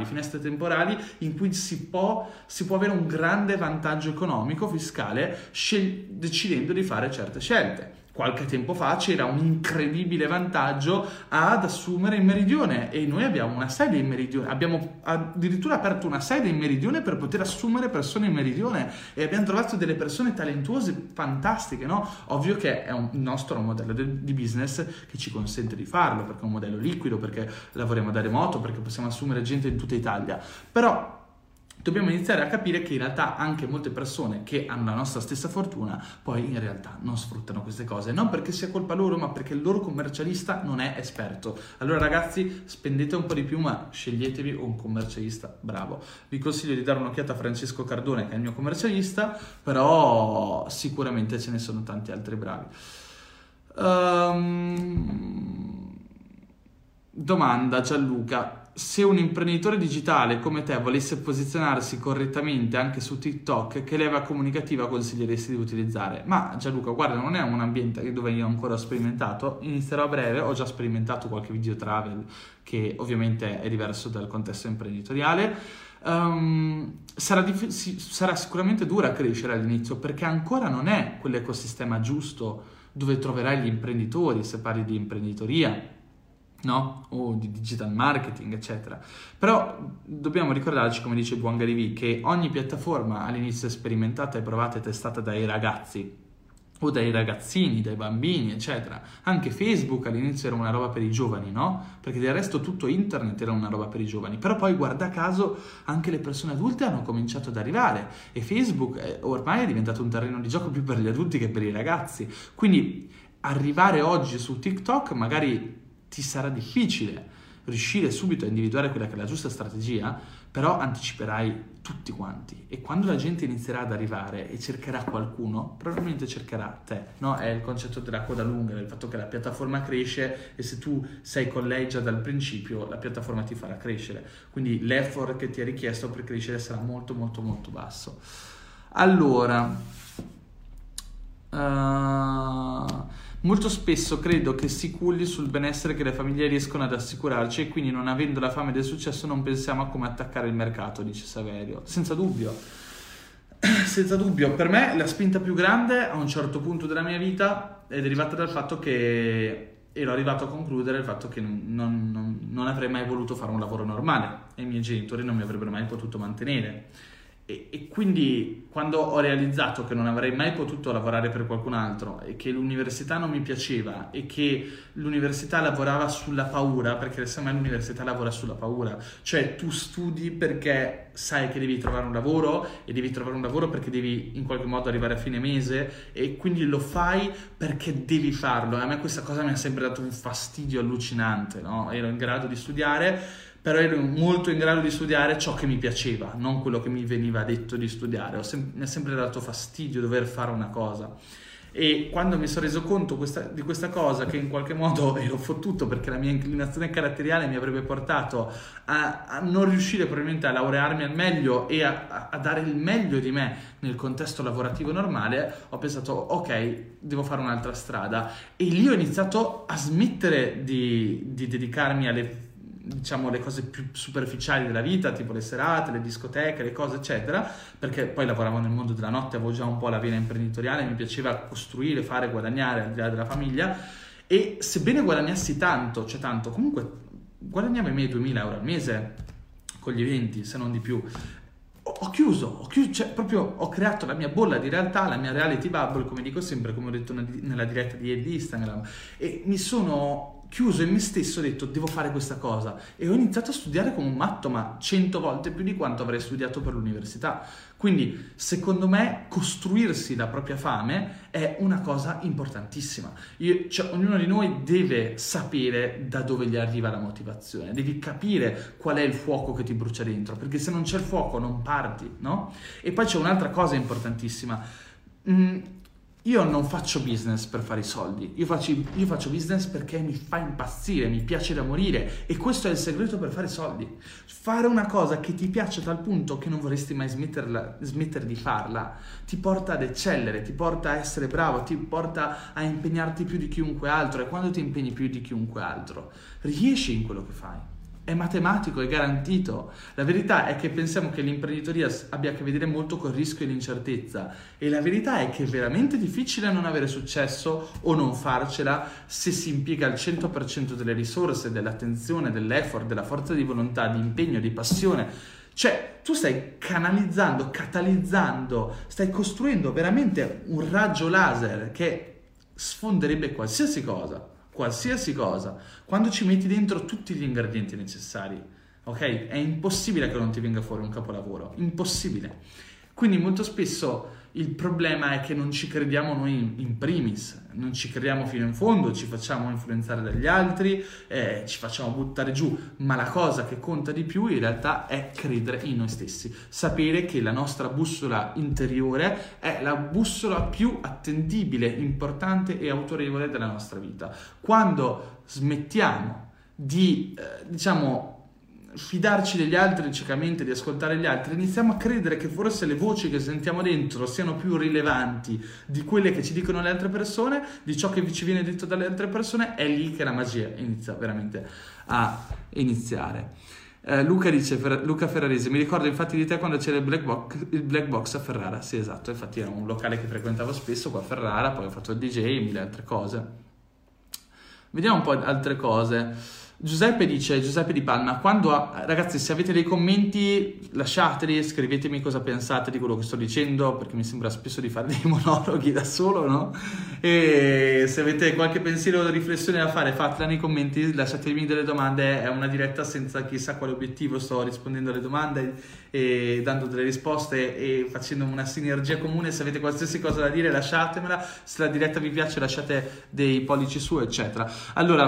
in cui si può avere un grande vantaggio economico, fiscale, decidendo di fare certe scelte. Qualche tempo fa c'era un incredibile vantaggio ad assumere in Meridione e noi abbiamo una sede in Meridione, abbiamo addirittura aperto una sede in Meridione per poter assumere persone in Meridione e abbiamo trovato delle persone talentuose, fantastiche, no? Ovvio che è il nostro modello di business che ci consente di farlo, perché è un modello liquido, perché lavoriamo da remoto, perché possiamo assumere gente in tutta Italia, però dobbiamo iniziare a capire che in realtà anche molte persone che hanno la nostra stessa fortuna poi in realtà non sfruttano queste cose, non perché sia colpa loro, ma perché il loro commercialista non è esperto. Allora ragazzi, spendete un po' di più, ma sceglietevi un commercialista bravo. Vi consiglio di dare un'occhiata a Francesco Cardone, che è il mio commercialista, però sicuramente ce ne sono tanti altri bravi. Domanda Gianluca: se un imprenditore digitale come te volesse posizionarsi correttamente anche su TikTok, che leva comunicativa consiglieresti di utilizzare? Ma Gianluca, guarda, non è un ambiente dove io ancora ho sperimentato, inizierò a breve, ho già sperimentato qualche video travel che ovviamente è diverso dal contesto imprenditoriale. Sarà sicuramente dura crescere all'inizio, perché ancora non è quell'ecosistema giusto dove troverai gli imprenditori, se parli di imprenditoria, no? O di digital marketing, eccetera. Però dobbiamo ricordarci, come dice il buon Gary Vee, che ogni piattaforma all'inizio è sperimentata e provata e testata dai ragazzi o dai ragazzini, dai bambini, eccetera. Anche Facebook all'inizio era una roba per i giovani, no? Perché del resto tutto internet era una roba per i giovani, però poi guarda caso anche le persone adulte hanno cominciato ad arrivare e Facebook ormai è diventato un terreno di gioco più per gli adulti che per i ragazzi. Quindi arrivare oggi su TikTok magari ti sarà difficile, riuscire subito a individuare quella che è la giusta strategia, però anticiperai tutti quanti, e quando la gente inizierà ad arrivare e cercherà qualcuno, probabilmente cercherà te, no? È il concetto della coda lunga, del fatto che la piattaforma cresce e se tu sei con lei già dal principio, la piattaforma ti farà crescere, quindi l'effort che ti è richiesto per crescere sarà molto molto molto basso. Allora, molto spesso credo che si culli sul benessere che le famiglie riescono ad assicurarci, e quindi non avendo la fame del successo non pensiamo a come attaccare il mercato, dice Saverio. Senza dubbio, per me la spinta più grande a un certo punto della mia vita è derivata dal fatto che ero arrivato a concludere il fatto che non avrei mai voluto fare un lavoro normale e i miei genitori non mi avrebbero mai potuto mantenere. E quindi quando ho realizzato che non avrei mai potuto lavorare per qualcun altro e che l'università non mi piaceva e che l'università lavorava sulla paura, perché secondo me l'università lavora sulla paura, cioè tu studi perché sai che devi trovare un lavoro e devi trovare un lavoro perché devi in qualche modo arrivare a fine mese e quindi lo fai perché devi farlo. E a me questa cosa mi ha sempre dato un fastidio allucinante, no? Ero in grado di studiare, però ero molto in grado di studiare ciò che mi piaceva, non quello che mi veniva detto di studiare. Mi ha sempre dato fastidio dover fare una cosa. E quando mi sono reso conto di questa cosa, che in qualche modo ero fottuto perché la mia inclinazione caratteriale mi avrebbe portato a non riuscire probabilmente a laurearmi al meglio e a dare il meglio di me nel contesto lavorativo normale, ho pensato ok, devo fare un'altra strada. E lì ho iniziato a smettere di dedicarmi alle cose più superficiali della vita, tipo le serate, le discoteche, le cose eccetera, perché poi lavoravo nel mondo della notte, avevo già un po' la vena imprenditoriale, mi piaceva costruire, fare, guadagnare al di là della famiglia, e sebbene guadagnassi tanto, comunque guadagnavo i miei 2.000 euro al mese con gli eventi, se non di più. Ho chiuso, cioè proprio ho creato la mia bolla di realtà, la mia reality bubble, come dico sempre, come ho detto nella diretta di Instagram, e mi sono chiuso in me stesso, ho detto devo fare questa cosa, e ho iniziato a studiare come un matto, ma 100 volte più di quanto avrei studiato per l'università. Quindi secondo me costruirsi la propria fame è una cosa importantissima. Ognuno di noi deve sapere da dove gli arriva la motivazione, devi capire qual è il fuoco che ti brucia dentro, perché se non c'è il fuoco non parti, no? E poi c'è un'altra cosa importantissima. Io non faccio business per fare i soldi, io faccio business perché mi fa impazzire, mi piace da morire, e questo è il segreto per fare soldi. Fare una cosa che ti piace a tal punto che non vorresti mai smettere di farla, ti porta ad eccellere, ti porta a essere bravo, ti porta a impegnarti più di chiunque altro, e quando ti impegni più di chiunque altro, riesci in quello che fai. È matematico, è garantito. La verità è che pensiamo che l'imprenditoria abbia a che vedere molto col rischio e l'incertezza, e la verità è che è veramente difficile non avere successo o non farcela se si impiega il 100% delle risorse, dell'attenzione, dell'effort, della forza di volontà, di impegno, di passione. Cioè, tu stai catalizzando, stai costruendo veramente un raggio laser che sfonderebbe qualsiasi cosa. Quando ci metti dentro tutti gli ingredienti necessari, ok? È impossibile che non ti venga fuori un capolavoro, impossibile. Quindi molto spesso il problema è che non ci crediamo noi in primis, non ci crediamo fino in fondo, ci facciamo influenzare dagli altri, ci facciamo buttare giù, ma la cosa che conta di più in realtà è credere in noi stessi, sapere che la nostra bussola interiore è la bussola più attendibile, importante e autorevole della nostra vita. Quando smettiamo di, fidarci degli altri ciecamente, di ascoltare gli altri, iniziamo a credere che forse le voci che sentiamo dentro siano più rilevanti di quelle che ci dicono le altre persone, di ciò che ci viene detto dalle altre persone. È lì che la magia inizia veramente a iniziare. Luca dice, Luca Ferrarese, mi ricordo infatti di te quando c'era il Black Box a Ferrara. Sì, esatto, infatti era un locale che frequentavo spesso qua a Ferrara, poi ho fatto il DJ e mille altre cose. Vediamo un po' altre cose. Giuseppe di Palma, ragazzi, se avete dei commenti lasciateli, scrivetemi cosa pensate di quello che sto dicendo, perché mi sembra spesso di fare dei monologhi da solo, no? E se avete qualche pensiero o riflessione da fare, fatela nei commenti, lasciatemi delle domande. È una diretta senza chissà quale obiettivo, sto rispondendo alle domande e dando delle risposte e facendo una sinergia comune. Se avete qualsiasi cosa da dire lasciatemela, se la diretta vi piace lasciate dei pollici su, eccetera. Allora,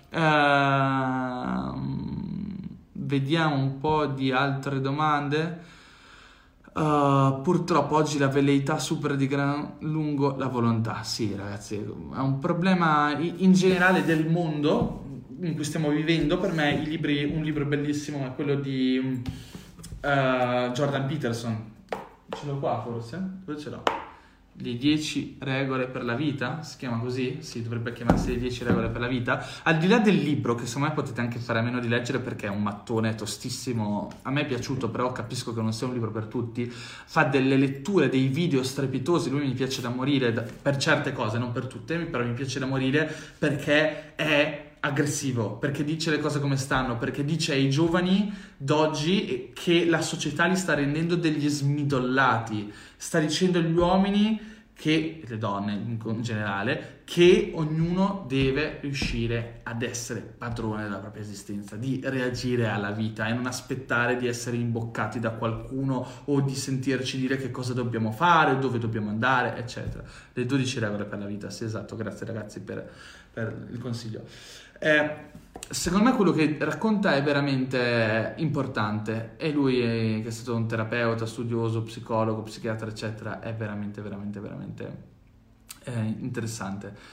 Vediamo un po' di altre domande. Purtroppo oggi la velleità supera di gran lungo la volontà. Sì, ragazzi, è un problema in generale del mondo in cui stiamo vivendo. Per me un libro bellissimo è quello di Jordan Peterson. Ce l'ho qua forse? Dove ce l'ho? Le 10 regole per la vita, si chiama così? Sì, dovrebbe chiamarsi Le 10 regole per la vita. Al di là del libro, che secondo me potete anche fare a meno di leggere perché è un mattone tostissimo, a me è piaciuto, però capisco che non sia un libro per tutti, fa delle letture, dei video strepitosi, lui mi piace da morire, per certe cose, non per tutte, però mi piace da morire perché è aggressivo, perché dice le cose come stanno, perché dice ai giovani d'oggi che la società li sta rendendo degli smidollati, sta dicendo agli uomini che, le donne in generale, che ognuno deve riuscire ad essere padrone della propria esistenza, di reagire alla vita e non aspettare di essere imboccati da qualcuno o di sentirci dire che cosa dobbiamo fare, dove dobbiamo andare, eccetera. Le 12 regole per la vita, sì, esatto, grazie ragazzi per il consiglio. Secondo me quello che racconta è veramente importante, e lui che è stato un terapeuta, studioso, psicologo, psichiatra eccetera, è veramente interessante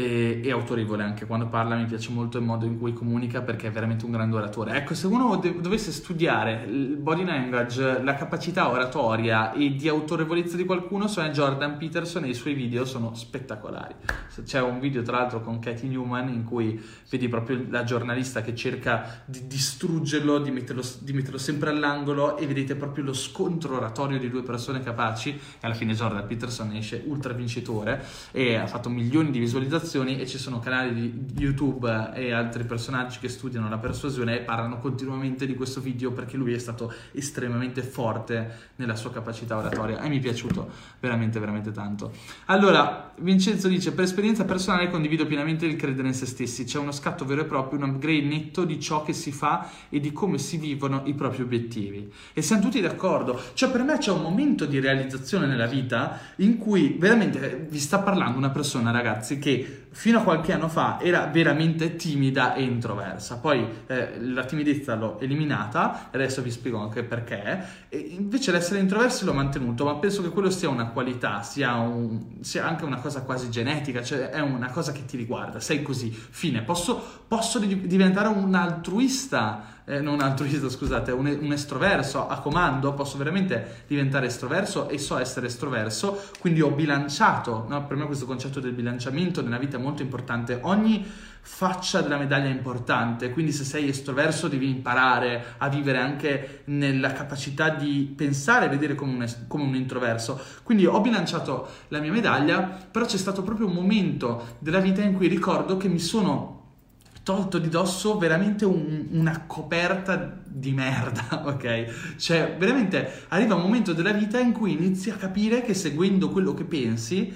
e autorevole anche quando parla. Mi piace molto il modo in cui comunica perché è veramente un grande oratore. Ecco, se uno dovesse studiare il body language, la capacità oratoria e di autorevolezza di qualcuno, sono Jordan Peterson, e i suoi video sono spettacolari. C'è un video tra l'altro con Katie Newman in cui vedi proprio la giornalista che cerca di distruggerlo, di metterlo sempre all'angolo, e vedete proprio lo scontro oratorio di due persone capaci, e alla fine Jordan Peterson esce ultra vincitore e ha fatto milioni di visualizzazioni, e ci sono canali di YouTube e altri personaggi che studiano la persuasione e parlano continuamente di questo video perché lui è stato estremamente forte nella sua capacità oratoria, e mi è piaciuto veramente tanto. Allora, Vincenzo dice: per esperienza personale condivido pienamente il credere in se stessi, c'è uno scatto vero e proprio, un upgrade netto di ciò che si fa e di come si vivono i propri obiettivi, e siamo tutti d'accordo. Cioè, per me c'è un momento di realizzazione nella vita in cui veramente vi sta parlando una persona, ragazzi, che fino a qualche anno fa era veramente timida e introversa, poi la timidezza l'ho eliminata, adesso vi spiego anche perché, e invece l'essere introversi l'ho mantenuto, ma penso che quello sia una qualità, sia anche una cosa quasi genetica, cioè è una cosa che ti riguarda, sei così, fine. Posso diventare un altruista, scusate, un estroverso a comando, posso veramente diventare estroverso e so essere estroverso, quindi ho bilanciato, no? Per me questo concetto del bilanciamento nella vita è molto importante, ogni faccia della medaglia è importante, quindi se sei estroverso devi imparare a vivere anche nella capacità di pensare e vedere come un introverso, quindi ho bilanciato la mia medaglia, però c'è stato proprio un momento della vita in cui ricordo che mi sono tolto di dosso veramente una coperta di merda, ok? Cioè, veramente arriva un momento della vita in cui inizi a capire che seguendo quello che pensi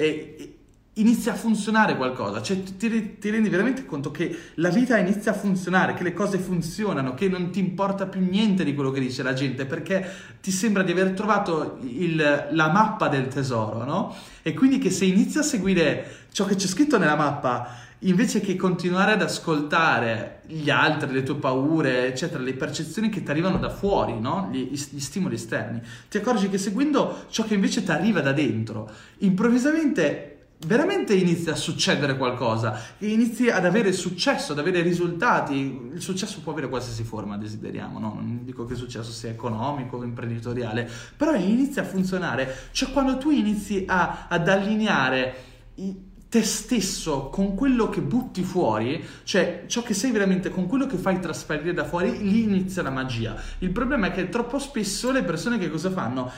inizia a funzionare qualcosa, cioè ti rendi veramente conto che la vita inizia a funzionare, che le cose funzionano, che non ti importa più niente di quello che dice la gente, perché ti sembra di aver trovato la mappa del tesoro, no? E quindi che se inizi a seguire ciò che c'è scritto nella mappa, invece che continuare ad ascoltare gli altri, le tue paure, eccetera, le percezioni che ti arrivano da fuori, no? Gli stimoli esterni, ti accorgi che seguendo ciò che invece ti arriva da dentro, improvvisamente veramente inizia a succedere qualcosa, e inizi ad avere successo, ad avere risultati. Il successo può avere qualsiasi forma desideriamo, no? Non dico che il successo sia economico o imprenditoriale, però inizia a funzionare. Cioè, quando tu inizi ad allineare te stesso con quello che butti fuori, cioè ciò che sei veramente con quello che fai trasparire da fuori, lì inizia la magia. Il problema è che troppo spesso le persone che cosa fanno?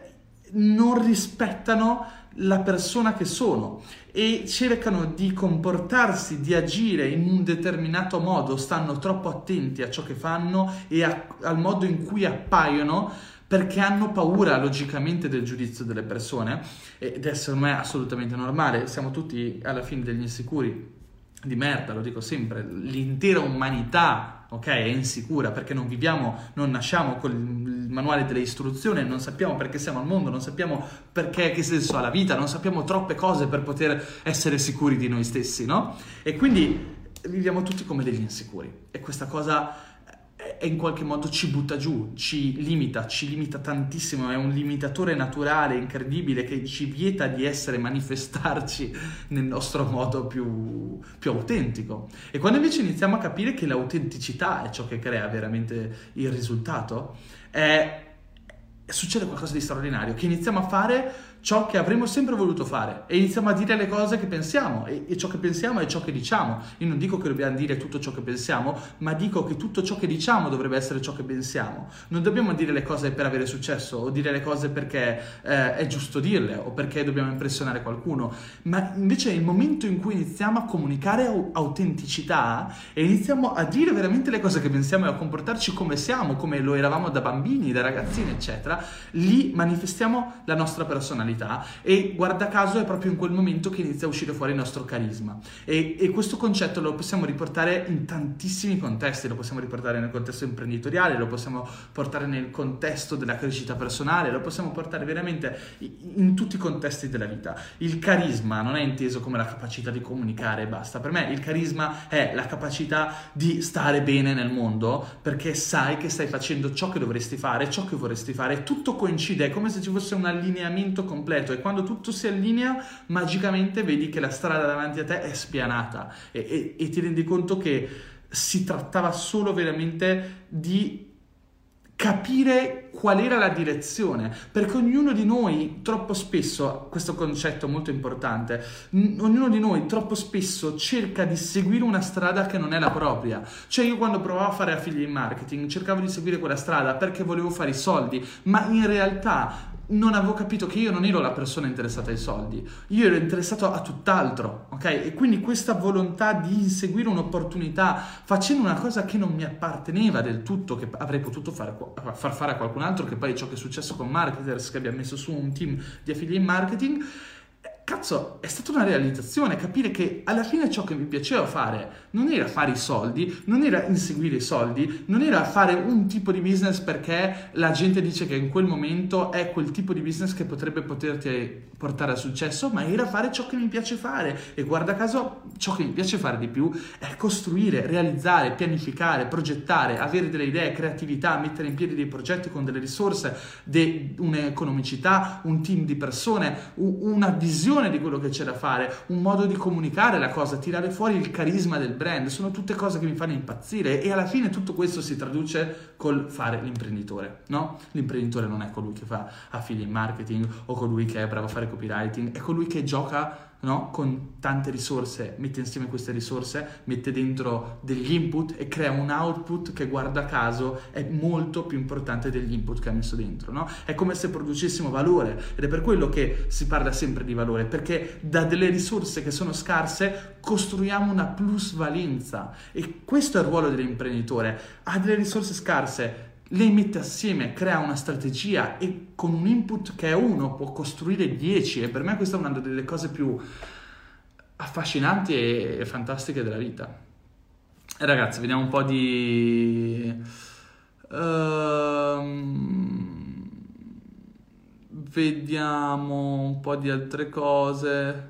Non rispettano la persona che sono e cercano di comportarsi, di agire in un determinato modo, stanno troppo attenti a ciò che fanno e al modo in cui appaiono, perché hanno paura logicamente del giudizio delle persone, ed è secondo me assolutamente normale. Siamo tutti alla fine degli insicuri di merda, lo dico sempre, l'intera umanità, ok, è insicura perché non nasciamo con il manuale delle istruzioni, non sappiamo perché siamo al mondo, non sappiamo che senso ha la vita, non sappiamo troppe cose per poter essere sicuri di noi stessi, no? E quindi viviamo tutti come degli insicuri e questa cosa in qualche modo ci butta giù, ci limita tantissimo, è un limitatore naturale, incredibile, che ci vieta di manifestarci nel nostro modo più autentico. E quando invece iniziamo a capire che l'autenticità è ciò che crea veramente il risultato, succede qualcosa di straordinario, che iniziamo a fare ciò che avremmo sempre voluto fare e iniziamo a dire le cose che pensiamo e ciò che pensiamo è ciò che diciamo. Io non dico che dobbiamo dire tutto ciò che pensiamo, ma dico che tutto ciò che diciamo dovrebbe essere ciò che pensiamo. Non dobbiamo dire le cose per avere successo o dire le cose perché è giusto dirle o perché dobbiamo impressionare qualcuno, ma invece è il momento in cui iniziamo a comunicare autenticità e iniziamo a dire veramente le cose che pensiamo e a comportarci come siamo, come lo eravamo da bambini, da ragazzini, eccetera. Lì manifestiamo la nostra personalità. E guarda caso è proprio in quel momento che inizia a uscire fuori il nostro carisma e questo concetto lo possiamo riportare in tantissimi contesti, lo possiamo riportare nel contesto imprenditoriale, lo possiamo portare nel contesto della crescita personale, lo possiamo portare veramente in tutti i contesti della vita. Il carisma non è inteso come la capacità di comunicare e basta. Per me il carisma è la capacità di stare bene nel mondo perché sai che stai facendo ciò che dovresti fare, ciò che vorresti fare, tutto coincide, è come se ci fosse un allineamento completo e quando tutto si allinea magicamente vedi che la strada davanti a te è spianata e ti rendi conto che si trattava solo veramente di capire qual era la direzione, perché ognuno di noi troppo spesso, questo concetto è molto importante, ognuno di noi troppo spesso cerca di seguire una strada che non è la propria. Cioè io quando provavo a fare affiliate marketing cercavo di seguire quella strada perché volevo fare i soldi, ma in realtà non avevo capito che io non ero la persona interessata ai soldi, io ero interessato a tutt'altro, ok? E quindi questa volontà di inseguire un'opportunità facendo una cosa che non mi apparteneva del tutto, che avrei potuto far fare a qualcun altro, che poi è ciò che è successo con Marketers, che abbiamo messo su un team di affiliate marketing. Cazzo, è stata una realizzazione, capire che alla fine ciò che mi piaceva fare non era fare i soldi, non era inseguire i soldi, non era fare un tipo di business perché la gente dice che in quel momento è quel tipo di business che potrebbe poterti portare a successo, ma era fare ciò che mi piace fare. E guarda caso, ciò che mi piace fare di più è costruire, realizzare, pianificare, progettare, avere delle idee, creatività, mettere in piedi dei progetti con delle risorse, un'economicità, un team di persone, una visione di quello che c'è da fare, un modo di comunicare la cosa, tirare fuori il carisma del brand. Sono tutte cose che mi fanno impazzire e alla fine tutto questo si traduce col fare l'imprenditore, no? L'imprenditore non è colui che fa affiliate marketing o colui che è bravo a fare copywriting, è colui che gioca, no? Con tante risorse, mette insieme queste risorse, mette dentro degli input e crea un output che guarda caso è molto più importante degli input che ha messo dentro, no? È come se producessimo valore ed è per quello che si parla sempre di valore, perché da delle risorse che sono scarse costruiamo una plusvalenza e questo è il ruolo dell'imprenditore. Ha delle risorse scarse, le mette assieme, crea una strategia e con un input che è uno può costruire 10 e per me questa è una delle cose più affascinanti e fantastiche della vita. E ragazzi, vediamo un po' di vediamo un po' di altre cose.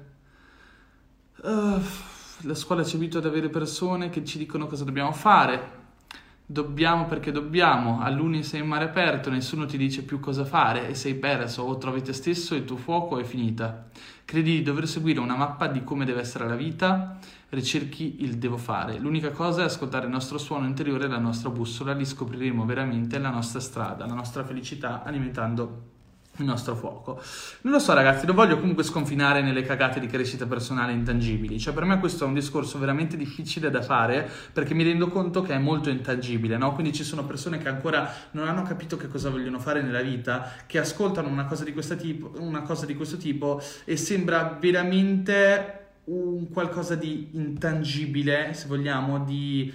La scuola ci abitua ad avere persone che ci dicono cosa dobbiamo fare. Dobbiamo perché dobbiamo, all'uni sei in mare aperto, nessuno ti dice più cosa fare e sei perso, o trovi te stesso e il tuo fuoco è finita. Credi di dover seguire una mappa di come deve essere la vita, ricerchi il devo fare. L'unica cosa è ascoltare il nostro suono interiore e la nostra bussola, lì scopriremo veramente la nostra strada, la nostra felicità alimentando il nostro fuoco. Non lo so ragazzi, non voglio comunque sconfinare nelle cagate di crescita personale intangibili, cioè per me questo è un discorso veramente difficile da fare perché mi rendo conto che è molto intangibile, no? Quindi ci sono persone che ancora non hanno capito che cosa vogliono fare nella vita, che ascoltano una cosa di questo tipo e sembra veramente un qualcosa di intangibile, se vogliamo, di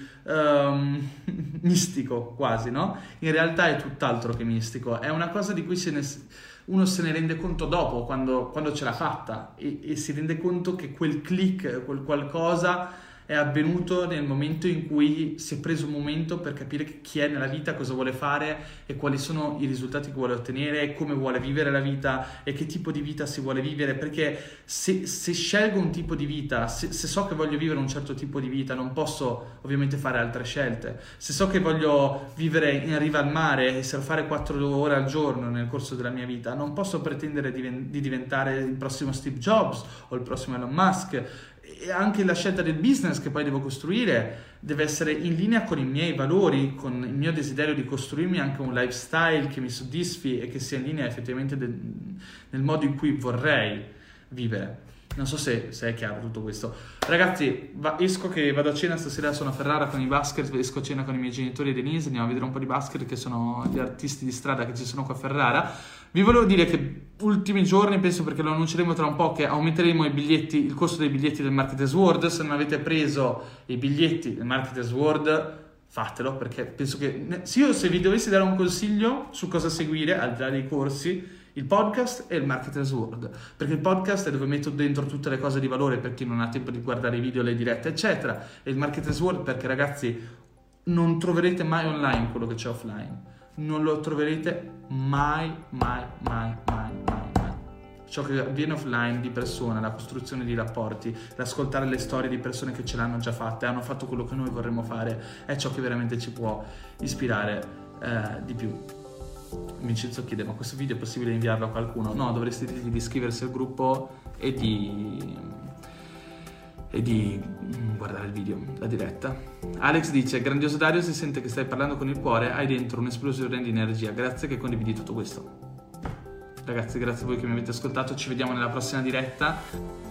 mistico quasi, no? In realtà è tutt'altro che mistico, è una cosa di cui uno se ne rende conto dopo, quando ce l'ha fatta e si rende conto che quel click, quel qualcosa è avvenuto nel momento in cui si è preso un momento per capire chi è nella vita, cosa vuole fare e quali sono i risultati che vuole ottenere, e come vuole vivere la vita e che tipo di vita si vuole vivere, perché se scelgo un tipo di vita, se so che voglio vivere un certo tipo di vita, non posso ovviamente fare altre scelte. Se so che voglio vivere in riva al mare e surfare 4 ore al giorno nel corso della mia vita, non posso pretendere di diventare il prossimo Steve Jobs o il prossimo Elon Musk. E anche la scelta del business che poi devo costruire deve essere in linea con i miei valori, con il mio desiderio di costruirmi anche un lifestyle che mi soddisfi e che sia in linea effettivamente nel modo in cui vorrei vivere. Non so se è chiaro tutto questo. Ragazzi, esco che vado a cena stasera, sono a Ferrara con i basket, esco a cena con i miei genitori e Denise, andiamo a vedere un po' di basket, che sono gli artisti di strada che ci sono qua a Ferrara. Vi volevo dire che ultimi giorni, penso, perché lo annunceremo tra un po', che aumenteremo i biglietti, il costo dei biglietti del Marketers World. Se non avete preso i biglietti del Marketers World, fatelo, perché penso che se vi dovessi dare un consiglio su cosa seguire al di là dei corsi, il podcast e il Marketers World, perché il podcast è dove metto dentro tutte le cose di valore per chi non ha tempo di guardare i video, le dirette eccetera, e il Marketers World perché, ragazzi, non troverete mai online quello che c'è offline, non lo troverete mai. Ciò che avviene offline di persona, la costruzione di rapporti, l'ascoltare le storie di persone che ce l'hanno già fatte, hanno fatto quello che noi vorremmo fare, è ciò che veramente ci può ispirare di più. Vincenzo chiede: ma questo video è possibile inviarlo a qualcuno? No, dovresti dirgli di iscriversi al gruppo e di guardare il video, la diretta. Alex dice: grandioso Dario, si sente che stai parlando con il cuore, hai dentro un'esplosione di energia, grazie che condividi tutto questo. Ragazzi, grazie a voi che mi avete ascoltato, ci vediamo nella prossima diretta.